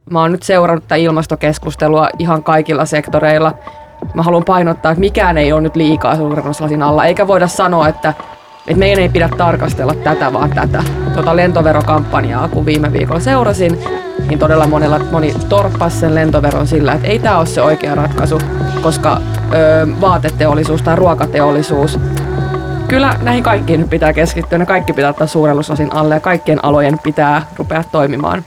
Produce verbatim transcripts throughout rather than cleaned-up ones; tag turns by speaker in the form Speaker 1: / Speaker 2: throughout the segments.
Speaker 1: mä oon nyt seurannut tätä ilmastokeskustelua ihan kaikilla sektoreilla. Mä haluan painottaa, että mikään ei ole nyt liikaa suurennuslasin alla, eikä voida sanoa, että, että meidän ei pidä tarkastella tätä vaan tätä. Tuota lentoverokampanjaa, kun viime viikolla seurasin, niin todella monella, moni torppasi sen lentoveron sillä, että ei tämä ole se oikea ratkaisu, koska ö, vaateteollisuus tai ruokateollisuus, kyllä näihin kaikkiin nyt pitää keskittyä, ne kaikki pitää ottaa suurennuslasin alle ja kaikkien alojen pitää rupea toimimaan.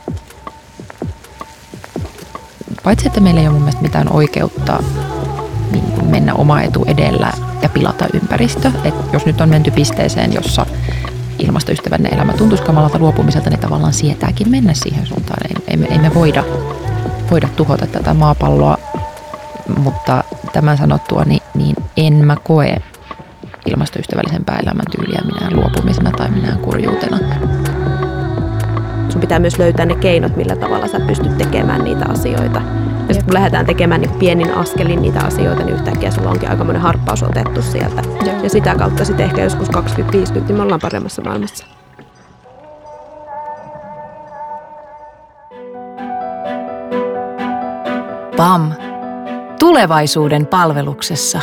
Speaker 2: Paitsi, että meillä ei ole mun mielestä mitään oikeutta niin kuin mennä oma etu edellä ja pilata ympäristö. Et jos nyt on menty pisteeseen, jossa ilmastoystävällinen elämä tuntuisi kamalalta luopumiselta, niin tavallaan sietääkin mennä siihen suuntaan. Ei, ei, me, ei me voida, voida tuhota tätä maapalloa, mutta tämän sanottua, niin, niin en mä koe ilmastoystävällisempää elämäntyyliä minään luopumisena tai minään kurjuutena.
Speaker 3: Sun pitää myös löytää ne keinot, millä tavalla sä pystyt tekemään niitä asioita. Ja sitten kun lähdetään tekemään niin pienin askelin niitä asioita, niin yhtäkkiä sulla onkin aikamoinen harppaus otettu sieltä. Joo. Ja sitä kautta sitten ehkä joskus kaksikymmentä viisikymmentä, niin me ollaan paremmassa maailmassa.
Speaker 4: P A M. Tulevaisuuden palveluksessa.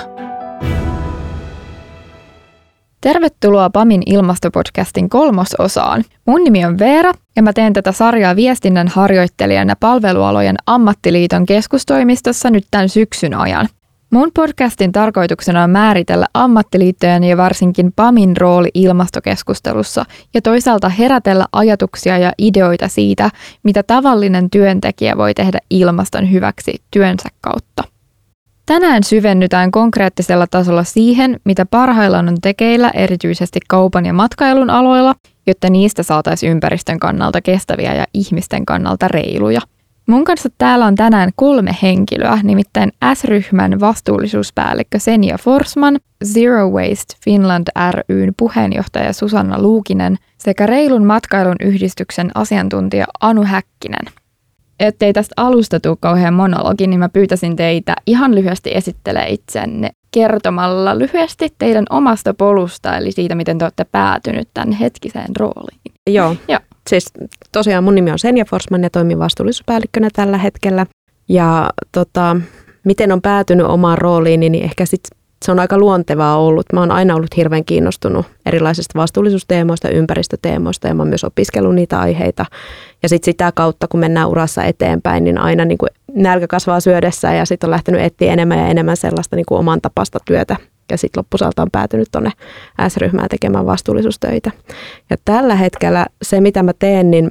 Speaker 5: Tervetuloa P A Min ilmastopodcastin kolmososaan. Mun nimi on Veera ja mä teen tätä sarjaa viestinnän harjoittelijana Palvelualojen ammattiliiton keskustoimistossa nyt tämän syksyn ajan. Mun podcastin tarkoituksena on määritellä ammattiliittojen ja varsinkin P A Min rooli ilmastokeskustelussa ja toisaalta herätellä ajatuksia ja ideoita siitä, mitä tavallinen työntekijä voi tehdä ilmaston hyväksi työnsä kautta. Tänään syvennytään konkreettisella tasolla siihen, mitä parhaillaan on tekeillä erityisesti kaupan ja matkailun aloilla, jotta niistä saataisiin ympäristön kannalta kestäviä ja ihmisten kannalta reiluja. Mun kanssa täällä on tänään kolme henkilöä, nimittäin S-ryhmän vastuullisuuspäällikkö Senja Forsman, Zero Waste Finland ry:n puheenjohtaja Susanna Luukinen sekä Reilun matkailun yhdistyksen asiantuntija Anu Häkkinen. Ettei tästä alusta tule kauhean monologi, niin mä pyytäisin teitä ihan lyhyesti esittelemään itsenne kertomalla lyhyesti teidän omasta polusta, eli siitä, miten te olette päätynyt tämän hetkiseen rooliin.
Speaker 3: Joo, Joo. Siis tosiaan mun nimi on Senja Forsman ja toimin vastuullisuuspäällikkönä tällä hetkellä. Ja tota, miten on päätynyt omaan rooliin, niin ehkä sit se on aika luontevaa ollut. Mä oon aina ollut hirveän kiinnostunut erilaisista vastuullisuusteemoista, ympäristöteemoista ja mä oon myös opiskellut niitä aiheita. Ja sitten sitä kautta, kun mennään urassa eteenpäin, niin aina niin kuin nälkä kasvaa syödessä ja sitten on lähtenyt etsiä enemmän ja enemmän sellaista niin kuin oman tapasta työtä. Ja sitten loppusalta on päätynyt tuonne S-ryhmään tekemään vastuullisuustöitä. Ja tällä hetkellä se, mitä mä teen, niin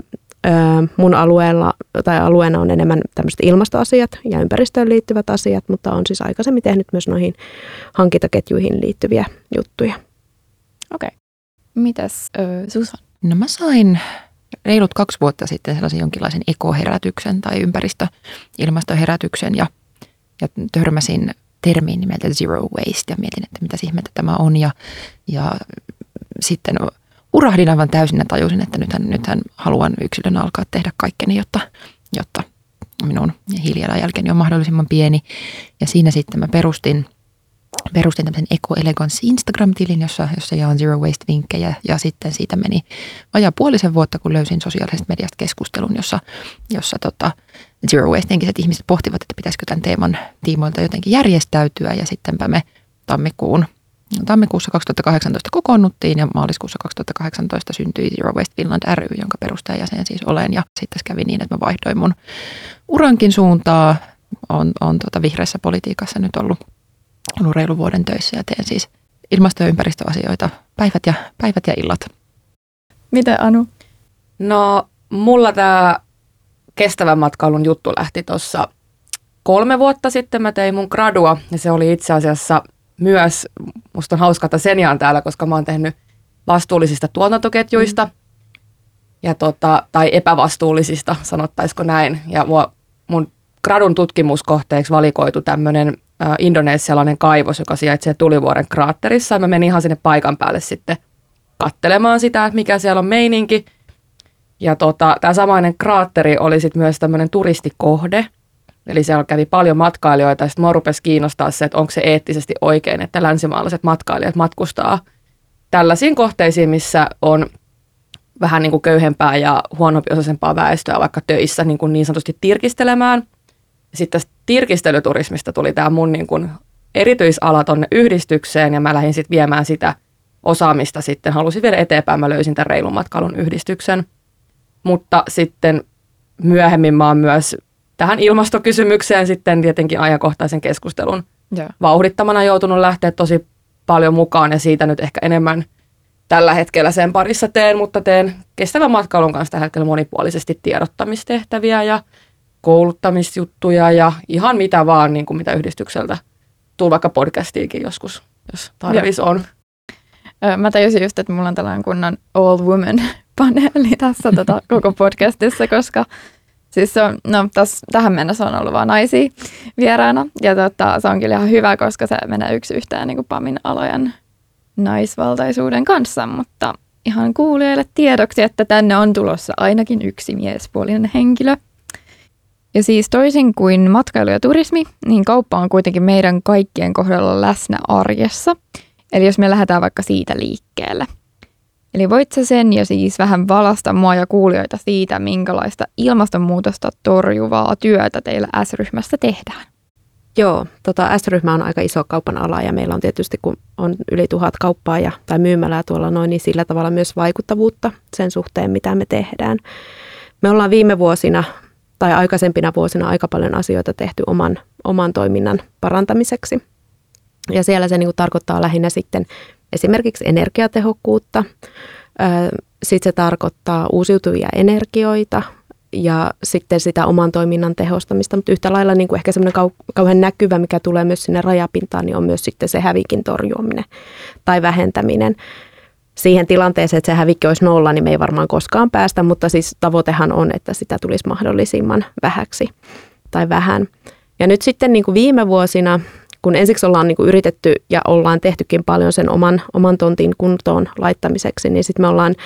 Speaker 3: mun alueella tai alueena on enemmän tämmöiset ilmastoasiat ja ympäristöön liittyvät asiat, mutta on siis aikaisemmin tehnyt myös noihin hankintaketjuihin liittyviä juttuja.
Speaker 5: Okei. Okay. Mitäs äh, Susan?
Speaker 2: No mä sain reilut kaksi vuotta sitten sellaisen jonkinlaisen ekoherätyksen tai ympäristö-ilmastoherätyksen ja, ja törmäsin termiin nimeltä Zero Waste ja mietin, että mitä ihmettä tämä on ja, ja sitten urahdin aivan täysin ja tajusin, että nythän, nythän haluan yksilönä alkaa tehdä kaikkeni, jotta, jotta minun hiilijalanjälkeni on mahdollisimman pieni. Ja siinä sitten mä perustin, perustin tämmöisen Eco Elegance Instagram-tilin, jossa, jossa jaan Zero Waste-vinkkejä. Ja sitten siitä meni vajaa puolisen vuotta, kun löysin sosiaalisesta mediasta keskustelun, jossa, jossa tota, Zero Waste-henkiset ihmiset pohtivat, että pitäisikö tämän teeman tiimoilta jotenkin järjestäytyä. Ja sittenpä me tammikuun Tammikuussa kaksituhattakahdeksantoista kokoonnuttiin ja maaliskuussa kaksituhattakahdeksantoista syntyi Zero Waste Finland ry, jonka perustajajäsen siis olen. Ja sitten kävi niin, että mä vaihdoin mun urankin suuntaa. Olen, olen tuota vihreässä politiikassa nyt ollut, ollut reilu vuoden töissä ja teen siis ilmasto- ja ympäristöasioita päivät ja, päivät ja illat.
Speaker 5: Mitä Anu?
Speaker 1: No mulla tämä kestävän matkailun juttu lähti tuossa kolme vuotta sitten. Mä tein mun gradua ja se oli itse asiassa myös, musta on hauska, että Senja on täällä, koska mä oon tehnyt vastuullisista tuotantoketjuista ja tota, tai epävastuullisista, sanottaisiko näin. Ja mua, mun gradun tutkimuskohteeksi valikoitu tämmöinen ä, indonesialainen kaivos, joka sijaitsee Tulivuoren kraatterissa. Ja mä menin ihan sinne paikan päälle sitten katselemaan sitä, että mikä siellä on meininki. Ja tota, tämä samainen kraatteri oli sitten myös tämmöinen turistikohde. Eli siellä kävi paljon matkailijoita ja sitten mua rupesi kiinnostaa se, että onko se eettisesti oikein, että länsimaalaiset matkailijat matkustaa tällaisiin kohteisiin, missä on vähän niin kuin köyhempää ja huonompi-osaisempaa väestöä vaikka töissä niin, kuin niin sanotusti tirkistelemään. Sitten tästä tirkistelyturismista tuli tämä mun niin kuin erityisala tonne yhdistykseen ja mä lähdin sitten viemään sitä osaamista sitten. Halusin viedä eteenpäin, mä löysin tämän reilun matkailun yhdistyksen. Mutta sitten myöhemmin mä oon myös tähän ilmastokysymykseen sitten tietenkin ajankohtaisen keskustelun
Speaker 5: yeah.
Speaker 1: vauhdittamana joutunut lähteä tosi paljon mukaan ja siitä nyt ehkä enemmän tällä hetkellä sen parissa teen, mutta teen kestävän matkailun kanssa tällä hetkellä monipuolisesti tiedottamistehtäviä ja kouluttamisjuttuja ja ihan mitä vaan, niin kuin mitä yhdistykseltä tuu vaikka podcastiinkin joskus, jos tarvis on.
Speaker 5: Mä tajusin just, että mulla on tällainen kunnon all woman paneeli tässä tota, koko podcastissa, koska siis se on, no, täs, tähän mennessä on ollut vaan naisia vieraana ja tota, se on kyllä ihan hyvä, koska se menee yksi yhteen niin kuin PAMin alojen naisvaltaisuuden kanssa, mutta ihan kuulijoille tiedoksi, että tänne on tulossa ainakin yksi miespuolinen henkilö. Ja siis toisin kuin matkailu ja turismi, niin kauppa on kuitenkin meidän kaikkien kohdalla läsnä arjessa. Eli jos me lähdetään vaikka siitä liikkeelle. Eli voit sä sen ja siis vähän valasta mua ja kuulijoita siitä, minkälaista ilmastonmuutosta torjuvaa työtä teillä S-ryhmässä tehdään?
Speaker 3: Joo, tota S-ryhmä on aika iso kaupan ala ja meillä on tietysti, kun on yli tuhat kauppaa ja, tai myymälää tuolla noin, niin sillä tavalla myös vaikuttavuutta sen suhteen, mitä me tehdään. Me ollaan viime vuosina tai aikaisempina vuosina aika paljon asioita tehty oman, oman toiminnan parantamiseksi. Ja siellä se niin kuin tarkoittaa lähinnä sitten esimerkiksi energiatehokkuutta. Sitten se tarkoittaa uusiutuvia energioita ja sitten sitä oman toiminnan tehostamista. Mutta yhtä lailla niin kuin ehkä semmoinen kau- kauhean näkyvä, mikä tulee myös sinne rajapintaan, niin on myös sitten se hävikin torjuminen tai vähentäminen. Siihen tilanteeseen, että se hävikki olisi nolla, niin me ei varmaan koskaan päästä, mutta siis tavoitehan on, että sitä tulisi mahdollisimman vähäksi tai vähän. Ja nyt sitten niin kuin viime vuosina, kun ensiksi ollaan niin kuin yritetty ja ollaan tehtykin paljon sen oman, oman tontin kuntoon laittamiseksi, niin sitten me ollaan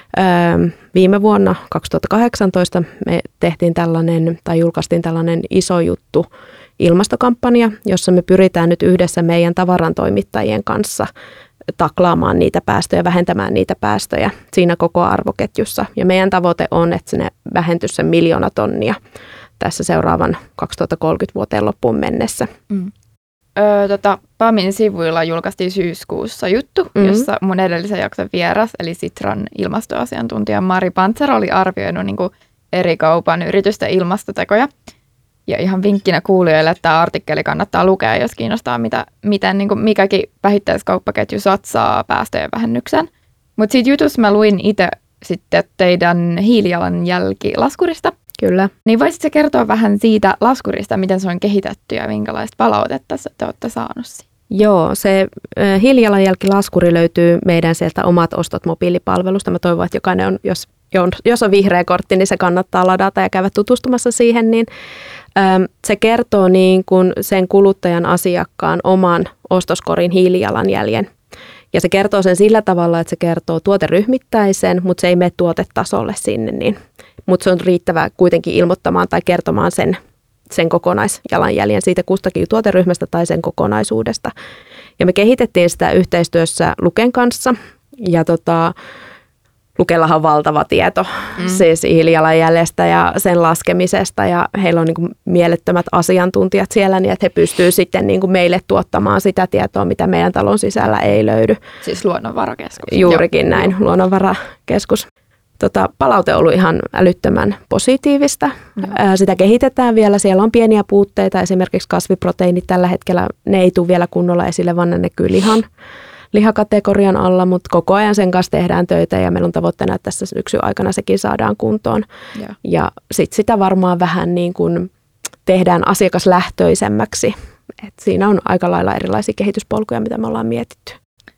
Speaker 3: ää, viime vuonna kaksituhattakahdeksantoista me tehtiin tällainen tai julkaistiin tällainen iso juttu ilmastokampanja, jossa me pyritään nyt yhdessä meidän tavarantoimittajien kanssa taklaamaan niitä päästöjä, vähentämään niitä päästöjä siinä koko arvoketjussa. Ja meidän tavoite on, että sinne vähentyisi sen miljoona tonnia tässä seuraavan kaksituhattakolmekymmentä vuoteen loppuun mennessä.
Speaker 5: Mm. Öö, tota, PAMin sivuilla julkaistiin syyskuussa juttu, mm-hmm. jossa mun edellisen jakson vieras, eli Sitran ilmastoasiantuntija Mari Pantzer oli arvioinut niin kuin eri kaupan yritysten ilmastotekoja. Ja ihan vinkkinä kuulijoille, että tämä artikkeli kannattaa lukea, jos kiinnostaa, mitä, miten niin kuin mikäkin vähittäiskauppaketju satsaa päästöjen vähennykseen. Mutta siitä jutussa mä luin itse sitten teidän hiilijalanjälkilaskurista.
Speaker 3: Kyllä.
Speaker 5: Niin voisitko kertoa vähän siitä laskurista, miten se on kehitetty ja minkälaista palautetta te olette saaneet siitä?
Speaker 3: Joo, se äh, hiilijalanjälkilaskuri löytyy meidän sieltä Omat ostot mobiilipalvelusta. Mä toivon, että jokainen on, jos, jos on vihreä kortti, niin se kannattaa ladata ja käydä tutustumassa siihen, niin ähm, se kertoo niin kuin sen kuluttajan asiakkaan oman ostoskorin hiilijalanjäljen. Ja se kertoo sen sillä tavalla, että se kertoo tuoteryhmittäisen, mutta se ei mene tuotetasolle sinne, niin, mutta se on riittävää kuitenkin ilmoittamaan tai kertomaan sen, sen kokonaisjalanjäljen siitä kustakin tuoteryhmästä tai sen kokonaisuudesta. Ja me kehitettiin sitä yhteistyössä Luken kanssa ja tota, Lukellahan on valtava tieto mm. siis hiilijalanjäljestä ja sen laskemisesta ja heillä on niin kuin mielettömät asiantuntijat siellä niin, että he pystyvät sitten niin kuin meille tuottamaan sitä tietoa, mitä meidän talon sisällä ei löydy.
Speaker 5: Siis luonnonvarakeskus.
Speaker 3: Juurikin näin, Joo. luonnonvarakeskus. Tota, palaute on ollut ihan älyttömän positiivista. Joo. Sitä kehitetään vielä. Siellä on pieniä puutteita. Esimerkiksi kasviproteiinit tällä hetkellä, ne ei tule vielä kunnolla esille, vaan ne näkyy lihan, lihakategorian alla, mutta koko ajan sen kanssa tehdään töitä ja meillä on tavoitteena, että tässä syksyn aikana sekin saadaan kuntoon. Joo. Ja sitten sitä varmaan vähän niin kuin tehdään asiakaslähtöisemmäksi. Et siinä on aika lailla erilaisia kehityspolkuja, mitä me ollaan mietitty.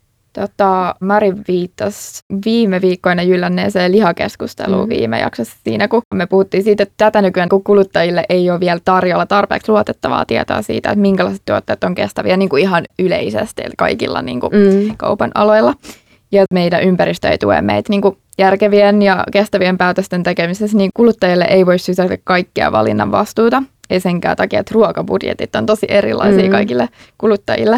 Speaker 5: Tota, Mari viittasi viime viikkoina jyllänneeseen lihakeskusteluun mm. viime jaksossa siinä, kun me puhuttiin siitä, että tätä nykyään kun kuluttajille ei ole vielä tarjolla tarpeeksi luotettavaa tietoa siitä, että minkälaiset tuotteet on kestäviä niin kuin ihan yleisesti kaikilla niin kuin mm. kaupan aloilla. Ja meidän ympäristö ei tue meitä niin kuin järkevien ja kestävien päätösten tekemisessä, niin kuluttajille ei voi sysätä kaikkia valinnan vastuuta. Ei senkään takia, että ruokabudjetit on tosi erilaisia mm. kaikille kuluttajille.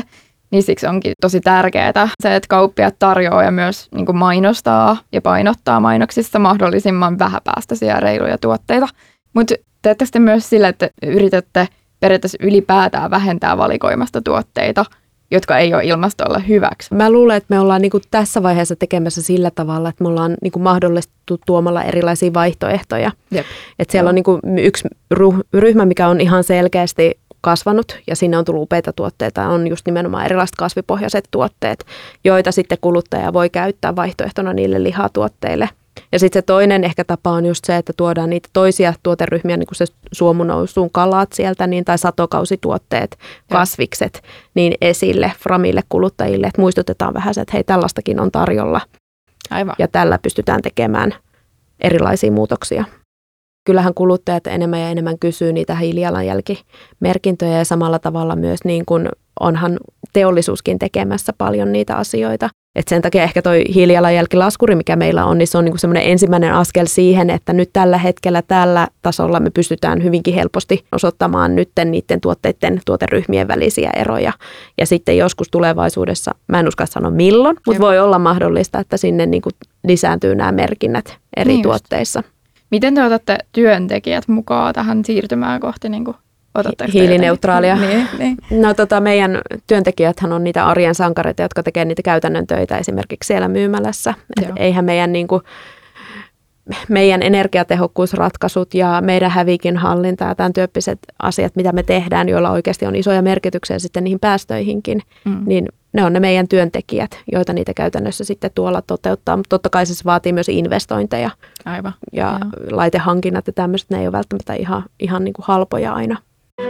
Speaker 5: Niin siksi onkin tosi tärkeää se, että kauppiaat tarjoaa ja myös niin kuin mainostaa ja painottaa mainoksissa mahdollisimman vähäpäästöisiä ja reiluja tuotteita. Mutta teettekö te myös sillä, että yritätte periaatteessa ylipäätään vähentää valikoimasta tuotteita, jotka ei ole ilmastolle hyväksi?
Speaker 3: Mä luulen, että me ollaan niinku tässä vaiheessa tekemässä sillä tavalla, että me ollaan niinku mahdollistettu tuomalla erilaisia vaihtoehtoja.
Speaker 5: Jep.
Speaker 3: Et siellä on niinku yksi ryhmä, mikä on ihan selkeästi kasvanut ja sinne on tullut upeita tuotteita. On just nimenomaan erilaiset kasvipohjaiset tuotteet, joita sitten kuluttaja voi käyttää vaihtoehtona niille lihatuotteille. Ja sitten se toinen ehkä tapa on just se, että tuodaan niitä toisia tuoteryhmiä, niin kuin se suomunousuun kalat sieltä, niin, tai satokausituotteet, kasvikset, niin esille framille kuluttajille, että muistutetaan vähän se, että hei, tällaistakin on tarjolla.
Speaker 5: Aivan.
Speaker 3: Ja tällä pystytään tekemään erilaisia muutoksia. Kyllähän kuluttajat enemmän ja enemmän kysyy niitä hiilijalanjälkimerkintöjä ja samalla tavalla myös niin kuin onhan teollisuuskin tekemässä paljon niitä asioita. Et sen takia ehkä toi hiilijalanjälkilaskuri, mikä meillä on, niin se on niinku semmoinen ensimmäinen askel siihen, että nyt tällä hetkellä tällä tasolla me pystytään hyvinkin helposti osoittamaan nytten niiden tuotteiden tuoteryhmien välisiä eroja. Ja sitten joskus tulevaisuudessa, mä en uskalla sanoa milloin, mutta voi olla mahdollista, että sinne niinku lisääntyy nämä merkinnät eri niin tuotteissa.
Speaker 5: Miten te otatte työntekijät mukaan tähän siirtymään kohti niin kuin
Speaker 3: hiilineutraalia?
Speaker 5: Niin, niin.
Speaker 3: No tota, meidän työntekijäthän on niitä arjen sankareita, jotka tekee niitä käytännön töitä esimerkiksi siellä myymälässä. Et eihän meidän, niin kuin, meidän energiatehokkuusratkaisut ja meidän hävikin hallinta ja tämän tyyppiset asiat, mitä me tehdään, joilla oikeasti on isoja merkityksiä sitten niihin päästöihinkin, mm. niin ne on ne meidän työntekijät, joita niitä käytännössä sitten tuolla toteuttaa. Mutta totta kai se vaatii myös investointeja.
Speaker 5: Aivan.
Speaker 3: Ja Joo. laitehankinnat ja tämmöiset, ne ei ole välttämättä ihan, ihan niin kuin halpoja aina.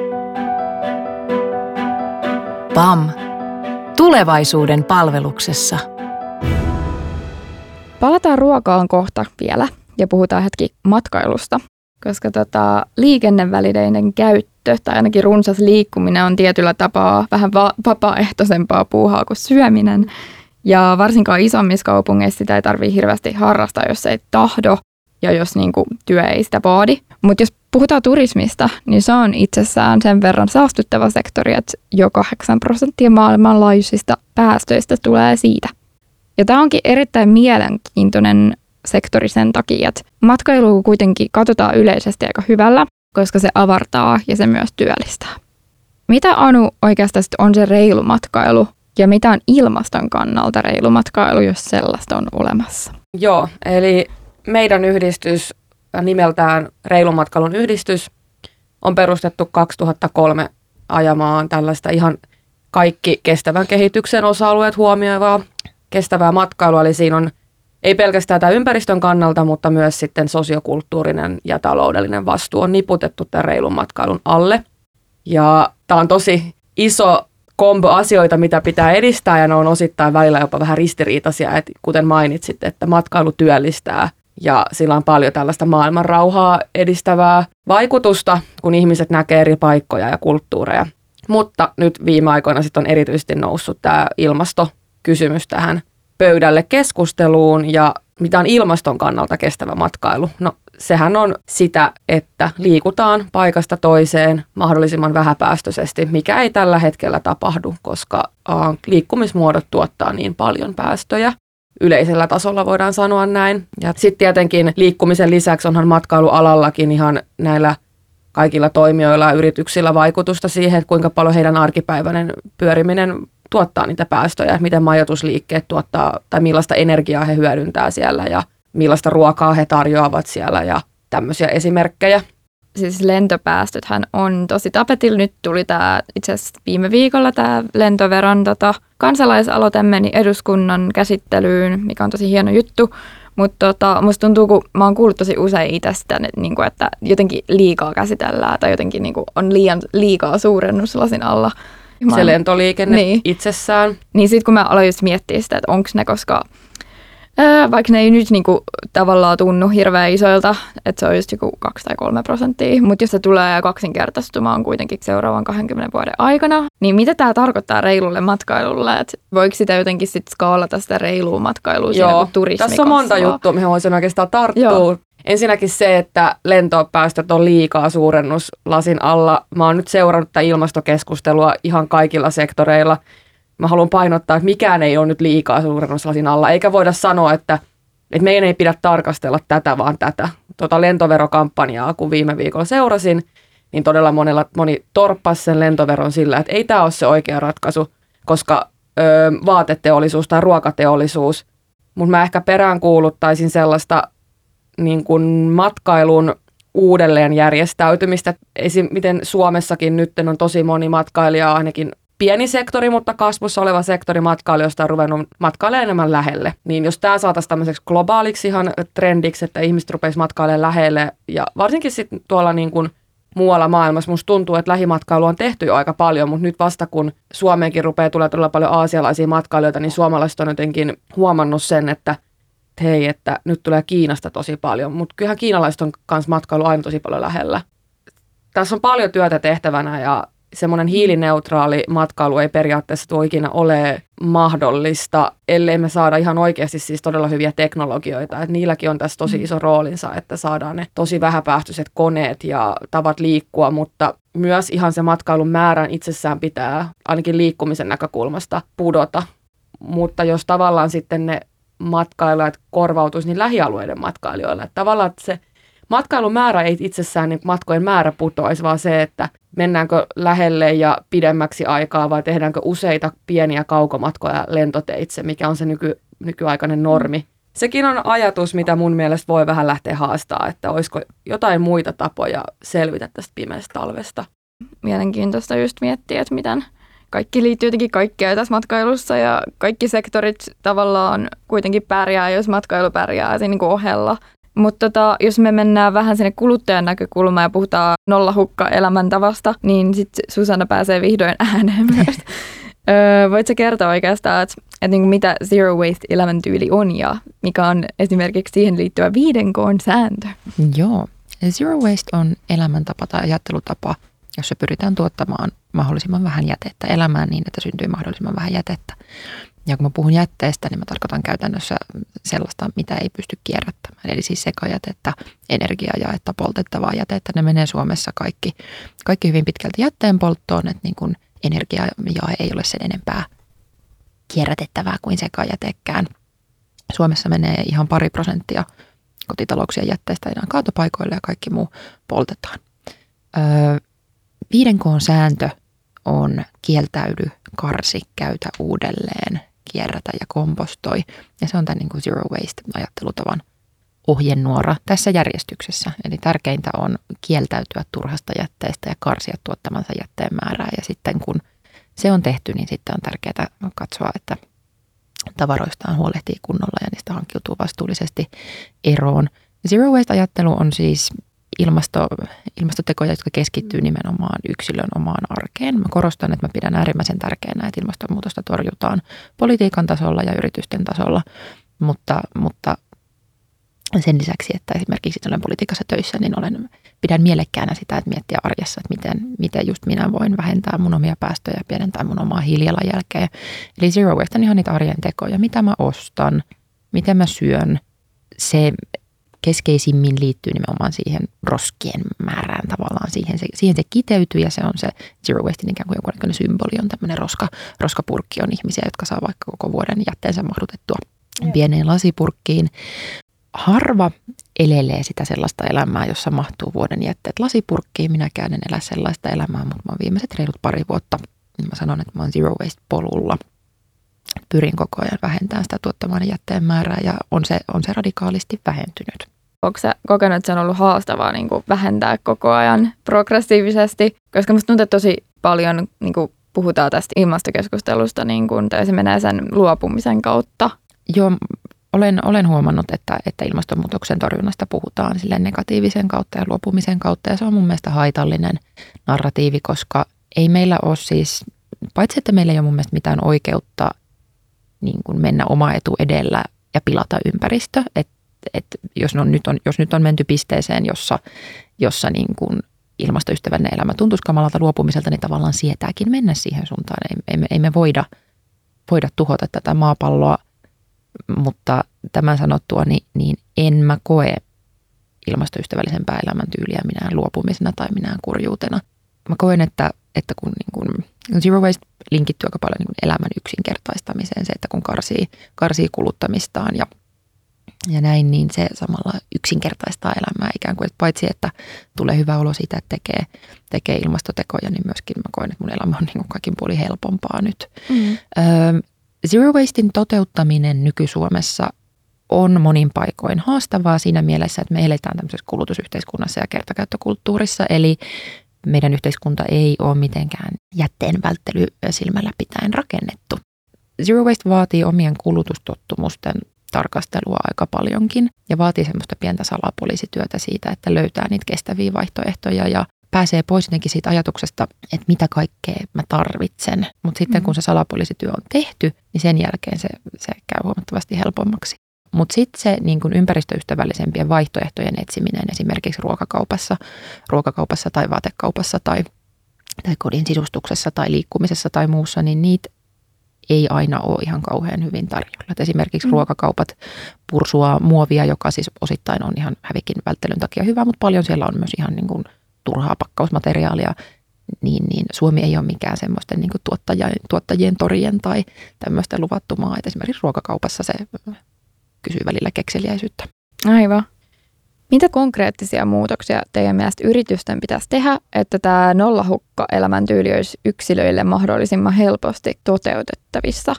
Speaker 4: P A M. Tulevaisuuden palveluksessa.
Speaker 5: Palataan ruokaan kohta vielä ja puhutaan hetki matkailusta, koska tota, liikennevälineiden käyttö tai ainakin runsas liikkuminen on tietyllä tapaa vähän va- vapaaehtoisempaa puuhaa kuin syöminen. Ja varsinkaan isommissa kaupungeissa sitä ei tarvitse hirveästi harrastaa, jos ei tahdo ja jos niin kuin, työ ei sitä vaadi. Mutta jos puhutaan turismista, niin se on itsessään sen verran saastuttava sektori, että jo kahdeksan prosenttia maailmanlaajuisista päästöistä tulee siitä. Ja tämä onkin erittäin mielenkiintoinen sektori sen takia, että matkailua kuitenkin katsotaan yleisesti aika hyvällä, koska se avartaa ja se myös työllistää. Mitä, Anu, oikeastaan on se reilu matkailu ja mitä on ilmaston kannalta reilu matkailu, jos sellaista on olemassa?
Speaker 1: Joo, eli meidän yhdistys nimeltään Reilun matkailun yhdistys on perustettu kaksituhattakolme ajamaan tällaista ihan kaikki kestävän kehityksen osa-alueet huomioivaa kestävää matkailua. Eli siinä on ei pelkästään tämä ympäristön kannalta, mutta myös sitten sosiokulttuurinen ja taloudellinen vastuu on niputettu tämän reilun matkailun alle. Ja tämä on tosi iso kombo asioita, mitä pitää edistää ja ne on osittain välillä jopa vähän ristiriitaisia, että kuten mainitsit, että matkailu työllistää ja sillä on paljon tällaista maailman rauhaa edistävää vaikutusta, kun ihmiset näkee eri paikkoja ja kulttuureja. Mutta nyt viime aikoina sitten on erityisesti noussut tämä ilmastokysymys tähän pöydälle keskusteluun ja mitä on ilmaston kannalta kestävä matkailu. No sehän on sitä, että liikutaan paikasta toiseen mahdollisimman vähäpäästöisesti, mikä ei tällä hetkellä tapahdu, koska liikkumismuodot tuottaa niin paljon päästöjä. Yleisellä tasolla voidaan sanoa näin. Ja sitten tietenkin liikkumisen lisäksi onhan matkailualallakin ihan näillä kaikilla toimijoilla ja yrityksillä vaikutusta siihen, että kuinka paljon heidän arkipäiväinen pyöriminen tuottaa niitä päästöjä, miten majoitusliikkeet tuottaa tai millaista energiaa he hyödyntää siellä ja millaista ruokaa he tarjoavat siellä ja tämmöisiä esimerkkejä.
Speaker 5: Siis lentopäästöthän on tosi tapetilla. Nyt tuli tämä itse asiassa viime viikolla tämä lentoveron tota, kansalaisaloite meni eduskunnan käsittelyyn, mikä on tosi hieno juttu. Mutta tota, musta tuntuu, kun mä oon kuullut tosi usein itse sitä, niinku, että jotenkin liikaa käsitellään tai jotenkin niinku, on liian liikaa suurennuslasin alla.
Speaker 1: Se lentoliikenne
Speaker 5: niin.
Speaker 1: itsessään.
Speaker 5: Niin sitten kun mä aloin just miettiä sitä, että onko ne, koska ää, vaikka ne ei nyt niinku tavallaan tunnu hirveän isoilta, että se on just joku kaksi tai kolme prosenttia, mutta jos se tulee kaksinkertaistumaan kuitenkin seuraavan kahdenkymmenen vuoden aikana, niin mitä tämä tarkoittaa reilulle matkailulle? Et voiko sitä jotenkin sitten skaalata sitä reilua matkailua siinä, kun turismi
Speaker 1: tässä on monta
Speaker 5: kasvaa?
Speaker 1: juttua, mihin voisin oikeastaan tarttua.
Speaker 5: Joo.
Speaker 1: Ensinnäkin se, että lentopäästöt on liikaa suurennuslasin alla. Mä oon nyt seurannut tätä ilmastokeskustelua ihan kaikilla sektoreilla. mä haluan painottaa, että mikään ei ole nyt liikaa suurennuslasin alla, eikä voida sanoa, että, että meidän ei pidä tarkastella tätä, vaan tätä. Tuota lentoverokampanjaa, kun viime viikolla seurasin, niin todella monella, moni torppasi sen lentoveron sillä, että ei tämä ole se oikea ratkaisu, koska ö, vaateteollisuus tai ruokateollisuus, mutta mä ehkä peräänkuuluttaisin sellaista niin kuin matkailun uudelleen järjestäytymistä. Esim. Miten Suomessakin nyt on tosi moni matkailija, ainakin pieni sektori, mutta kasvussa oleva sektori matkailijoista on ruvennut matkailemaan enemmän lähelle. Niin jos tämä saataisiin tämmöiseksi globaaliksi ihan trendiksi, että ihmiset rupeaisi matkailemaan lähelle ja varsinkin sitten tuolla niin kuin muualla maailmassa musta tuntuu, että lähimatkailu on tehty jo aika paljon, mutta nyt vasta kun Suomeenkin rupeaa tulemaan todella paljon aasialaisia matkailijoita, niin suomalaiset on jotenkin huomannut sen, että hei, että nyt tulee Kiinasta tosi paljon, mutta kyllähän kiinalaiset on myös matkailu aina tosi paljon lähellä. Tässä on paljon työtä tehtävänä ja semmoinen hiilineutraali matkailu ei periaatteessa tuo ikinä ole mahdollista, ellei me saada ihan oikeasti siis todella hyviä teknologioita. Et niilläkin on tässä tosi iso roolinsa, että saadaan ne tosi vähäpäästöiset koneet ja tavat liikkua, mutta myös ihan se matkailun määrän itsessään pitää ainakin liikkumisen näkökulmasta pudota. Mutta jos tavallaan sitten ne matkailijat korvautuisi niin lähialueiden matkailijoilla, että tavallaan että se matkailumäärä ei itsessään niin matkojen määrä putoisi, vaan se, että mennäänkö lähelle ja pidemmäksi aikaa vai tehdäänkö useita pieniä kaukomatkoja lentoteitse, mikä on se nyky, nykyaikainen normi. Sekin on ajatus, mitä mun mielestä voi vähän lähteä haastaa, että olisiko jotain muita tapoja selvitä tästä pimeästä talvesta.
Speaker 5: Mielenkiintoista just miettiä, että miten kaikki liittyy jotenkin kaikkea tässä matkailussa ja kaikki sektorit tavallaan kuitenkin pärjää, jos matkailu pärjää siinä niin kuin ohella. Mutta tota, jos me mennään vähän sinne kuluttajan näkökulmaan ja puhutaan nollahukka-elämäntavasta, niin sitten Susanna pääsee vihdoin ääneen myös. öö, voitko kertoa oikeastaan, että et niinku mitä zero waste elämäntyyli on ja mikä on esimerkiksi siihen liittyvä viiden koon sääntö?
Speaker 2: Joo, zero waste on elämäntapa tai ajattelutapa, jossa pyritään tuottamaan mahdollisimman vähän jätettä, elämään niin, että syntyy mahdollisimman vähän jätettä. Ja kun mä puhun jätteestä, niin mä tarkoitan käytännössä sellaista, mitä ei pysty kierrättämään. Eli siis sekajätettä, energiajaetta, poltettavaa jätettä. Ne menee Suomessa kaikki, kaikki hyvin pitkälti jätteen polttoon, että niin kun energiajae ei ole sen enempää kierrätettävää kuin sekajätekään. Suomessa menee ihan pari prosenttia kotitalouksien jätteistä enää kaatopaikoille ja kaikki muu poltetaan. Öö, viiden koon sääntö on kieltäydy, karsi, käytä uudelleen, kierrätä ja kompostoi. Ja se on tämän niin kuin zero waste-ajattelutavan ohjenuora tässä järjestyksessä. Eli tärkeintä on kieltäytyä turhasta jätteestä ja karsia tuottamansa jätteen määrää. Ja sitten kun se on tehty, niin sitten on tärkeää katsoa, että tavaroistaan huolehtii kunnolla ja niistä hankkiutuu vastuullisesti eroon. Zero waste-ajattelu on siis Ilmasto, ilmastotekoja, jotka keskittyy nimenomaan yksilön omaan arkeen. Mä korostan, että mä pidän äärimmäisen tärkeänä, että ilmastonmuutosta torjutaan politiikan tasolla ja yritysten tasolla, mutta, mutta sen lisäksi, että esimerkiksi olen politiikassa töissä, niin olen, pidän mielekkäänä sitä, että miettiä arjessa, että miten, miten just minä voin vähentää mun omia päästöjä ja pienentää mun omaa hiilijalanjälkeä. Eli zero waste on ihan niitä arjen tekoja, mitä mä ostan, miten mä syön, se keskeisimmin liittyy nimenomaan siihen roskien määrään tavallaan. Siihen se, siihen se kiteytyy ja se on se zero waste ikään kuin jonkunlainen symboli on tämmöinen roska. Roskapurkki on ihmisiä, jotka saa vaikka koko vuoden jätteensä mahdutettua pieneen lasipurkkiin. Harva elelee sitä sellaista elämää, jossa mahtuu vuoden jätteet lasipurkkiin. Minäkään en elä sellaista elämää, mutta mä oon viimeiset reilut pari vuotta. Mä sanon, että mä oon zero waste polulla. Pyrin koko ajan vähentämään sitä tuottamaan jätteen määrää ja on se, on se radikaalisti vähentynyt.
Speaker 5: Onko sä kokenut, että se on ollut haastavaa niin kuin vähentää koko ajan progressiivisesti? Koska musta tuntuu, että tosi paljon niin kuin puhutaan tästä ilmastokeskustelusta, niin kuin, tai se menee sen luopumisen kautta.
Speaker 2: Joo, olen, olen huomannut, että, että ilmastonmuutoksen torjunnasta puhutaan silleen negatiivisen kautta ja luopumisen kautta. Ja se on mun mielestä haitallinen narratiivi, koska ei meillä ole siis, paitsi että meillä ei ole mun mielestä mitään oikeutta niin kuin mennä oma etu edellä ja pilata ympäristö, että Et jos, no, nyt on, jos nyt on menty pisteeseen, jossa, jossa niin kuin ilmastoystävällinen elämä tuntuisi kamalalta luopumiselta, niin tavallaan sietääkin mennä siihen suuntaan. Ei, ei, me, ei me voida, voida tuhota tätä maapalloa, mutta tämän sanottua, niin, niin en mä koe ilmastoystävällisempää elämäntyyliä minään luopumisena tai minään kurjuutena. Mä koen, että, että kun niin kuin Zero waste linkittyy aika paljon niin kuin elämän yksinkertaistamiseen, se, että kun karsii, karsii kuluttamistaan ja, ja näin, niin se samalla yksinkertaistaa elämää ikään kuin, että paitsi että tulee hyvä olo siitä, että tekee, tekee ilmastotekoja, niin myöskin mä koen, että mun elämä on niin kuin kaikin puolin helpompaa nyt. Mm. Öö, Zero wastein toteuttaminen nyky-Suomessa on monin paikoin haastavaa siinä mielessä, että me eletään tämmöisessä kulutusyhteiskunnassa ja kertakäyttökulttuurissa, eli meidän yhteiskunta ei ole mitenkään jätteen välttely silmällä pitäen rakennettu. Zero waste vaatii omien kulutustottumusten tarkastelua aika paljonkin ja vaatii semmoista pientä salapoliisityötä siitä, että löytää niitä kestäviä vaihtoehtoja ja pääsee pois jotenkin siitä ajatuksesta, että mitä kaikkea mä tarvitsen. Mutta sitten kun se salapoliisityö on tehty, niin sen jälkeen se, se käy huomattavasti helpommaksi. Mutta sitten se niin kun ympäristöystävällisempien vaihtoehtojen etsiminen esimerkiksi ruokakaupassa, ruokakaupassa tai vaatekaupassa tai, tai kodin sisustuksessa tai liikkumisessa tai muussa, niin niitä ei aina ole ihan kauhean hyvin tarjolla. Et esimerkiksi mm. ruokakaupat pursuaa muovia, joka siis osittain on ihan hävikin välttelyn takia hyvä, mutta paljon siellä on myös ihan niin kun turhaa pakkausmateriaalia. Niin, niin Suomi ei ole mikään semmoisten niin kun tuottajien, tuottajien torien tai tämmöistä luvattumaa. Et esimerkiksi ruokakaupassa se kysyy välillä kekseliäisyyttä.
Speaker 5: Aivan. Mitä konkreettisia muutoksia teidän mielestä yritysten pitäisi tehdä, että tämä nollahukka-elämäntyyli olisi yksilöille mahdollisimman helposti toteutettavissa?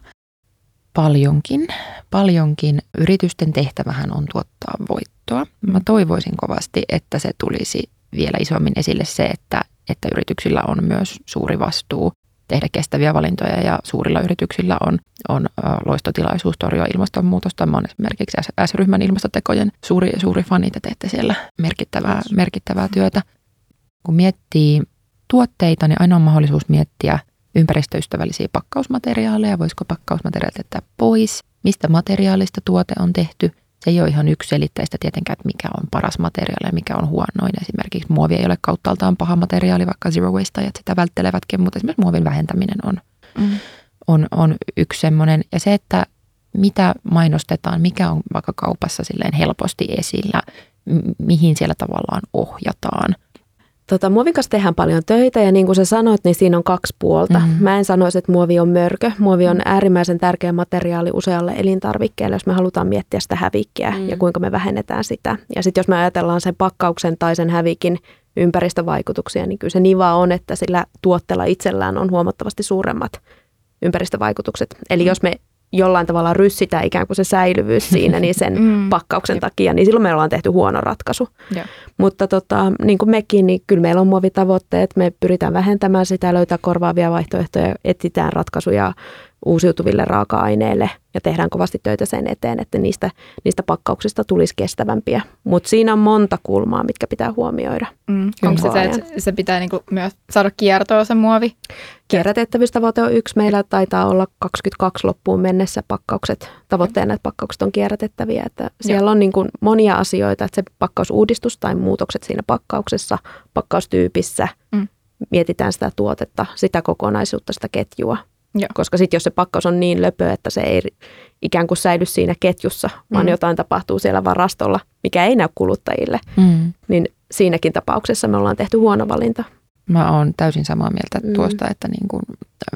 Speaker 2: Paljonkin. Paljonkin. Yritysten tehtävähän on tuottaa voittoa. Mä toivoisin kovasti, että se tulisi vielä isommin esille se, että, että yrityksillä on myös suuri vastuu tehdä kestäviä valintoja ja suurilla yrityksillä on, on loistotilaisuus torjua ilmastonmuutosta. Mä olen esimerkiksi S-ryhmän ilmastotekojen suuri, suuri fani, te teette siellä merkittävää, merkittävää työtä. Kun miettii tuotteita, niin aina on mahdollisuus miettiä ympäristöystävällisiä pakkausmateriaaleja. Voisiko pakkausmateriaalit jättää pois? Mistä materiaalista tuote on tehty? Se ei ole ihan yksiselitteistä tietenkään, että mikä on paras materiaali ja mikä on huonoin. Esimerkiksi muovi ei ole kauttaaltaan paha materiaali, vaikka zero wasteajat sitä välttelevätkin, mutta esimerkiksi muovin vähentäminen on, mm. on, on yksi semmoinen. Ja se, että mitä mainostetaan, mikä on vaikka kaupassa silleen helposti esillä, mihin siellä tavallaan ohjataan.
Speaker 3: Tota, muovin kanssa tehdään paljon töitä ja niin kuin sä sanoit, niin siinä on kaksi puolta. Mm-hmm. Mä en sanoisi, että muovi on mörkö. Muovi on äärimmäisen tärkeä materiaali usealle elintarvikkeelle, jos me halutaan miettiä sitä hävikkiä mm-hmm. ja kuinka me vähennetään sitä. Ja sitten jos me ajatellaan sen pakkauksen tai sen hävikin ympäristövaikutuksia, niin kyllä se niin vaan on, että sillä tuotteella itsellään on huomattavasti suuremmat ympäristövaikutukset. Eli mm-hmm. jos me jollain tavalla ryssitään ikään kuin se säilyvyys siinä niin sen mm. pakkauksen takia, niin silloin me ollaan tehty huono ratkaisu. Ja. Mutta tota, niin kuin mekin, niin kyllä meillä on muovitavoitteet, me pyritään vähentämään sitä, löytää korvaavia vaihtoehtoja, etsitään ratkaisuja uusiutuville raaka-aineille ja tehdään kovasti töitä sen eteen, että niistä, niistä pakkauksista tulisi kestävämpiä. Mutta siinä on monta kulmaa, mitkä pitää huomioida.
Speaker 5: Mm. Onko se se, että se pitää niinku myös saada kiertoa se muovi?
Speaker 3: Kierrätettävyystavoite on yksi. Meillä taitaa olla kaksikymmentäkaksi loppuun mennessä pakkaukset. Tavoitteena, että pakkaukset on kierrätettäviä. Että siellä on niinku monia asioita, että se pakkausuudistus tai muutokset siinä pakkauksessa, pakkaustyypissä, mm. mietitään sitä tuotetta, sitä kokonaisuutta, sitä ketjua. Joo. Koska sitten jos se pakkaus on niin löpö, että se ei ikään kuin säily siinä ketjussa, vaan mm. jotain tapahtuu siellä varastolla, mikä ei näy kuluttajille, mm. niin siinäkin tapauksessa me ollaan tehty huono valinta.
Speaker 2: Mä oon täysin samaa mieltä mm. tuosta, että niin kun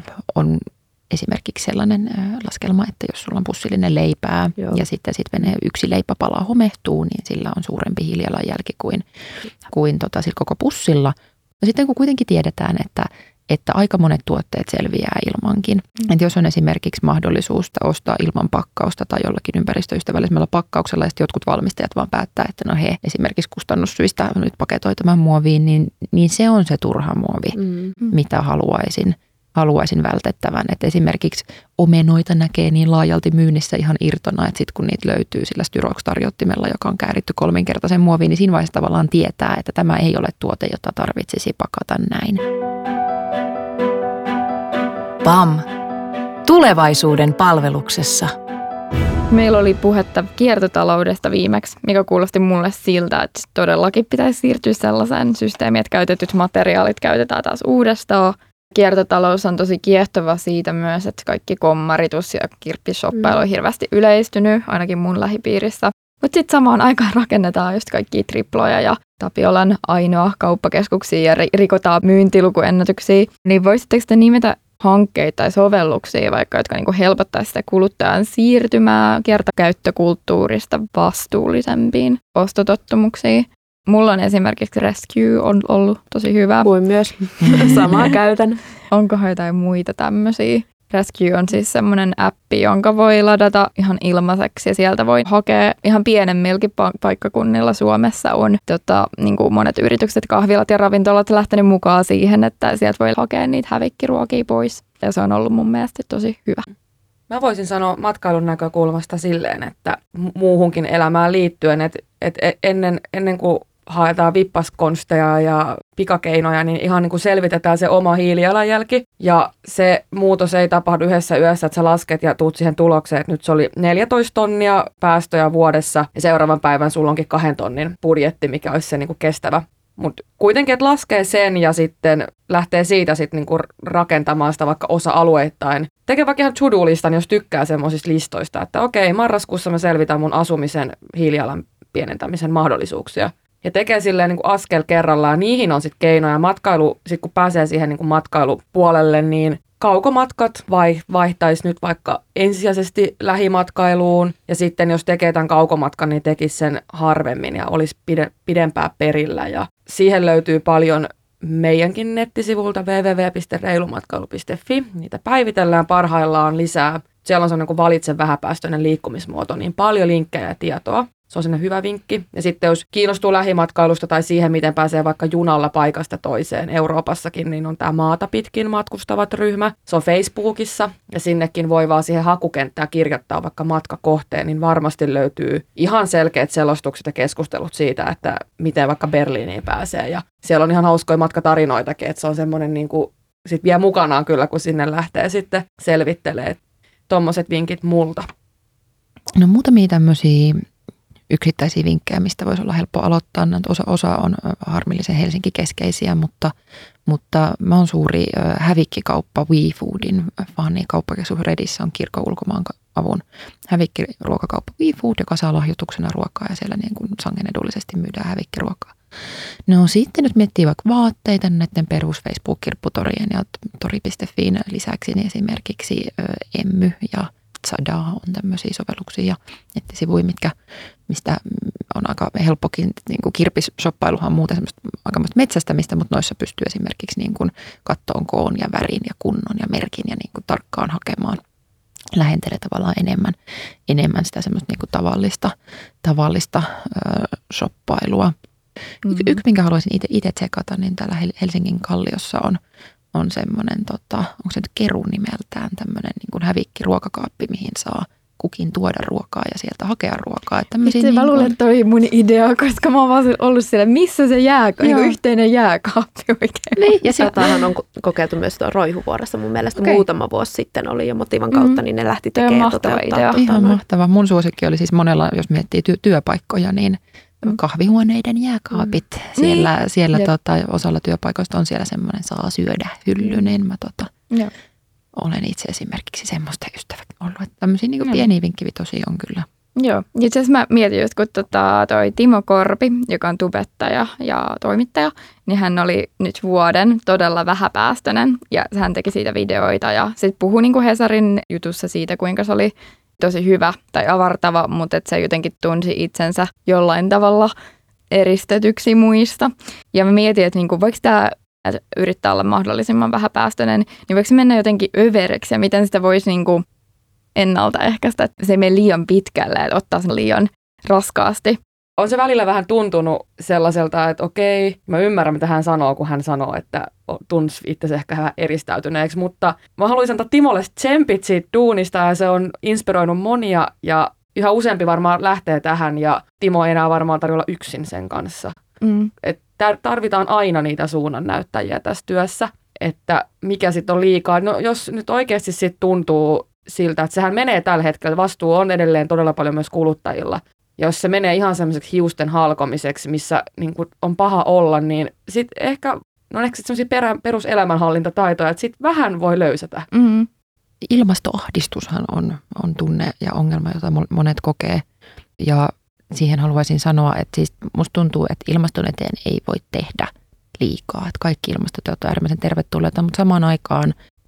Speaker 2: on esimerkiksi sellainen laskelma, että jos sulla on pussillinen leipää Joo. ja sitten sit menee yksi leipäpala homehtuu, niin sillä on suurempi hiilijalanjälki kuin, kuin tota, sillä koko pussilla. Ja sitten kun kuitenkin tiedetään, että että aika monet tuotteet selviää ilmankin. Mm. Että jos on esimerkiksi mahdollisuus ostaa ilman pakkausta tai jollakin ympäristöystävällisellä pakkauksella, ja sitten jotkut valmistajat vaan päättää, että no he esimerkiksi kustannussyistä nyt paketoi tämän muoviin, niin, niin se on se turha muovi, mm. mitä haluaisin, haluaisin vältettävän. Että esimerkiksi omenoita näkee niin laajalti myynnissä ihan irtona, että sitten kun niitä löytyy sillä Styrox-tarjottimella, joka on kääritty kolminkertaisen muoviin, niin siinä vaiheessa tavallaan tietää, että tämä ei ole tuote, jota tarvitsisi pakata näin.
Speaker 4: P A M. Tulevaisuuden palveluksessa.
Speaker 5: Meillä oli puhetta kiertotaloudesta viimeksi, mikä kuulosti mulle siltä, että todellakin pitäisi siirtyä sellaiseen systeemiin, että käytetyt materiaalit käytetään taas uudestaan. Kiertotalous on tosi kiehtova siitä myös, että kaikki kommaritus ja kirppishoppail on hirveästi yleistynyt, ainakin mun lähipiirissä. Mutta sitten samaan aikaan rakennetaan just kaikkia triploja ja Tapiolan ainoa kauppakeskuksia ja rikotaan myyntilukuennätyksiä. Niin voisitteko te nimetä hankkeita tai sovelluksia, vaikka jotka niin kuin helpottaisi sitä kuluttajan siirtymää kertakäyttökulttuurista vastuullisempiin ostotottumuksiin. Mulla on esimerkiksi Rescue on ollut tosi hyvä.
Speaker 3: Kuin myös samaa käytän.
Speaker 5: Onkohan jotain muita tämmöisiä? Rescue on siis semmoinen appi, jonka voi ladata ihan ilmaiseksi ja sieltä voi hakea ihan pienemmilläkin pa- paikkakunnilla Suomessa on tota, niin kuin monet yritykset, kahvilat ja ravintolat lähtenyt mukaan siihen, että sieltä voi hakea niitä hävikkiruokia pois ja se on ollut mun mielestä tosi hyvä.
Speaker 1: Mä voisin sanoa matkailun näkökulmasta silleen, että muuhunkin elämään liittyen, että, että ennen, ennen kuin haetaan vippaskonsteja ja pikakeinoja, niin ihan niin kuin selvitetään se oma hiilijalanjälki. Ja se muutos ei tapahdu yhdessä yössä, että sä lasket ja tuut siihen tulokseen, että nyt se oli neljätoista tonnia päästöjä vuodessa ja seuraavan päivän sulla onkin kahden tonnin budjetti, mikä olisi se niin kuin kestävä. Mutta kuitenkin, että laskee sen ja sitten lähtee siitä sitten niinku rakentamaan sitä vaikka osa-alueittain. Tekee vaikka ihan to-do-listan, jos tykkää semmoisista listoista, että okei, marraskuussa mä selvitän mun asumisen hiilijalan pienentämisen mahdollisuuksia. Ja tekee silleen niin kuin askel kerrallaan. Niihin on sitten keinoja. Matkailu, sit kun pääsee siihen niin kuin matkailupuolelle, niin kaukomatkat vai, vaihtaisi nyt vaikka ensisijaisesti lähimatkailuun. Ja sitten jos tekee tämän kaukomatkan, niin tekisi sen harvemmin ja olisi pide, pidempää perillä. Ja siihen löytyy paljon meidänkin nettisivulta double-u double-u double-u piste reilumatkailu piste fi. Niitä päivitellään parhaillaan lisää. Siellä on se niin valitse vähäpäästöinen liikkumismuoto, niin paljon linkkejä ja tietoa. Se on sellainen hyvä vinkki. Ja sitten jos kiinnostuu lähimatkailusta tai siihen, miten pääsee vaikka junalla paikasta toiseen Euroopassakin, niin on tämä maata pitkin matkustavat ryhmä. Se on Facebookissa ja sinnekin voi vaan siihen hakukenttään kirjoittaa vaikka matkakohteen, niin varmasti löytyy ihan selkeät selostukset ja keskustelut siitä, että miten vaikka Berliiniin pääsee. Ja siellä on ihan hauskoja matkatarinoitakin, että se on semmoinen niin kuin sit vie mukanaan kyllä, kun sinne lähtee sitten selvittelee. Tuommoiset vinkit multa.
Speaker 2: No muutamia tämmöisiä yksittäisiä vinkkejä, mistä voisi olla helppo aloittaa. Osa, osa on harmillisen Helsinki-keskeisiä, mutta, mutta mä oon suuri hävikkikauppa WeFoodin fani. Kauppakeskus Redissä on Kirkon ulkomaan avun hävikkiruokakauppa WeFood, joka saa lahjoituksena ruokaa ja siellä niin kuin sangen edullisesti myydään hävikkiruokaa. No sitten jos miettii vaikka vaatteita, näiden perus Facebook-kirpputorien ja tori piste fiin lisäksi niin esimerkiksi Emmy ja Zada on tämmöisiä sovelluksia ja nettisivuja, mitkä, mistä on aika helppokin, niin kuin kirpisshoppailuhan on muuten semmoista aikamoista metsästämistä, mutta noissa pystyy esimerkiksi niin kuin kattoon koon ja värin ja kunnon ja merkin ja niin kuin tarkkaan hakemaan. Lähentelee tavallaan enemmän, enemmän sitä semmoista niin kuin tavallista, tavallista äh, shoppailua. Mm-hmm. Y- yksi, minkä haluaisin itse tsekata, niin täällä Helsingin Kalliossa on on semmoinen, tota, onko se nyt Keru nimeltään, tämmöinen niin kuin hävikkiruokakaappi, mihin saa kukin tuoda ruokaa ja sieltä hakea ruokaa.
Speaker 5: Sitten niin mä luulen, että toi mun idea, koska mä oon vaan ollut siellä, missä se jääkaappi, niin kuin yhteinen jääkaappi oikein.
Speaker 3: Niin, ja sieltähän on kokeiltu myös tuo Roihuvuoressa mun mielestä okay. Muutama vuosi sitten oli jo Motivan kautta, mm-hmm. niin ne lähti tekemään ja toteuttaa.
Speaker 2: Ihan mahtava. Mun suosikki oli siis monella, jos miettii ty- työpaikkoja, niin kahvihuoneiden jääkaapit. Mm. Siellä, niin. siellä tota, osalla työpaikoista on siellä semmoinen saa syödä hylly, niin mä tota, olen itse esimerkiksi semmoista ystävä ollut. Että tämmöisiä niin kuin pieniä vinkkivitosia on kyllä.
Speaker 5: Joo, itse asiassa mä mietin just, kun tota, toi Timo Korpi, joka on tubettaja ja toimittaja, niin hän oli nyt vuoden todella vähäpäästöinen ja hän teki siitä videoita ja sitten puhui niin kuin Hesarin jutussa siitä, kuinka se oli tosi hyvä tai avartava, mutta että se jotenkin tunsi itsensä jollain tavalla eristetyksi muista. Ja mä mietin, että niinku, voiko tämä yrittää olla mahdollisimman vähäpäästöinen, niin voiko se mennä jotenkin övereksi ja miten sitä voisi niinku ennaltaehkäistä, että se ei mene liian pitkälle, että ottaa sen liian raskaasti.
Speaker 1: On se välillä vähän tuntunut sellaiselta, että okei, mä ymmärrän, mitä hän sanoo, kun hän sanoo, että tunsi itse ehkä vähän eristäytyneeksi, mutta mä haluaisin antaa Timolle tsempit siitä duunista ja se on inspiroinut monia ja yhä useampi varmaan lähtee tähän ja Timo ei enää varmaan tarjolla yksin sen kanssa. Mm. Et tarvitaan aina niitä suunnannäyttäjiä tässä työssä, että mikä sitten on liikaa. No jos nyt oikeasti sitten tuntuu siltä, että sehän menee tällä hetkellä, vastuu on edelleen todella paljon myös kuluttajilla. Ja jos se menee ihan semmoiseksi hiusten halkomiseksi, missä niin kun on paha olla, niin sitten ehkä, no ehkä sitten semmoisia peruselämänhallintataitoja, että sitten vähän voi löysätä.
Speaker 2: Mm. Ilmastoahdistushan on, on tunne ja ongelma, jota monet kokee. Ja siihen haluaisin sanoa, että siis musta tuntuu, että ilmaston eteen ei voi tehdä liikaa. Että kaikki ilmastoteot on äärimmäisen tervetulleita, mutta samaan aikaan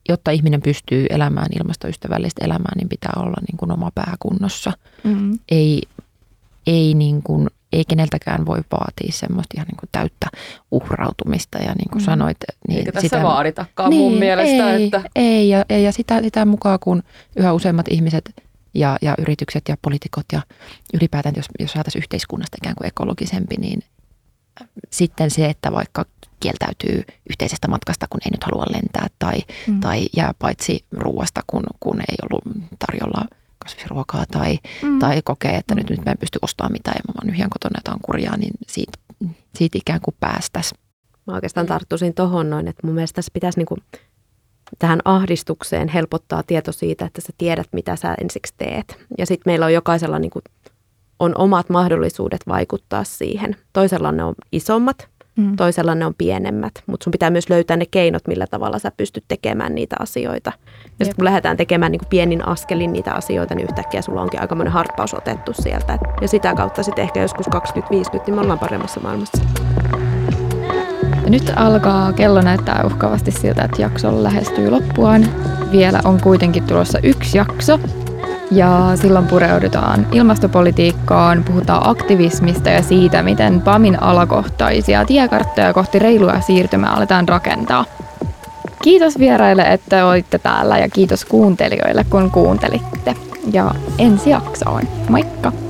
Speaker 2: jotta ihminen pystyy elämään ilmastoystävällistä elämää, niin pitää olla niin kuin oma pää kunnossa. Mm-hmm. Ei, ei, niin kuin, ei keneltäkään voi vaatia semmoista ihan niin kuin täyttä uhrautumista. Ja niin kuin mm-hmm. sanoit, niin
Speaker 1: eikä tässä
Speaker 2: sitä,
Speaker 1: vaaditakaan
Speaker 2: niin,
Speaker 1: mun mielestä.
Speaker 2: Ei,
Speaker 1: että...
Speaker 2: ei ja, ja sitä, sitä mukaan, kun yhä useammat ihmiset ja, ja yritykset ja poliitikot ja ylipäätään, jos, jos saataisiin yhteiskunnasta ikään kuin ekologisempi, niin sitten se, että vaikka kieltäytyy yhteisestä matkasta, kun ei nyt halua lentää tai, mm. tai jää paitsi ruuasta, kun, kun ei ollut tarjolla kasvisruokaa tai, mm. tai kokee, että nyt, nyt mä en pysty ostamaan mitään ja mä vaan yhden kotona jotain kurjaa, niin siitä, siitä ikään kuin päästäisiin.
Speaker 3: Mä oikeastaan tarttuisin tohon noin, että mun mielestä tässä pitäisi niinku tähän ahdistukseen helpottaa tieto siitä, että sä tiedät, mitä sä ensiksi teet. Ja sitten meillä on jokaisella niinku on omat mahdollisuudet vaikuttaa siihen. Toisella ne on isommat, mm. toisella ne on pienemmät, mutta sun pitää myös löytää ne keinot, millä tavalla sä pystyt tekemään niitä asioita. Ja sitten kun lähdetään tekemään niin kuin pienin askelin niitä asioita, niin yhtäkkiä sulla onkin aikamoinen harppaus otettu sieltä. Ja sitä kautta sitten ehkä joskus kaksikymmentä viisikymmentä, niin me ollaan paremmassa maailmassa.
Speaker 5: Ja nyt alkaa kello näyttää uhkaavasti siltä, että jakso lähestyy loppuaan. Vielä on kuitenkin tulossa yksi jakso. Ja silloin pureudutaan ilmastopolitiikkaan, puhutaan aktivismista ja siitä, miten P A Min alakohtaisia tiekarttoja kohti reilua siirtymää aletaan rakentaa. Kiitos vieraille, että olitte täällä ja kiitos kuuntelijoille, kun kuuntelitte. Ja ensi jaksoon. Moikka!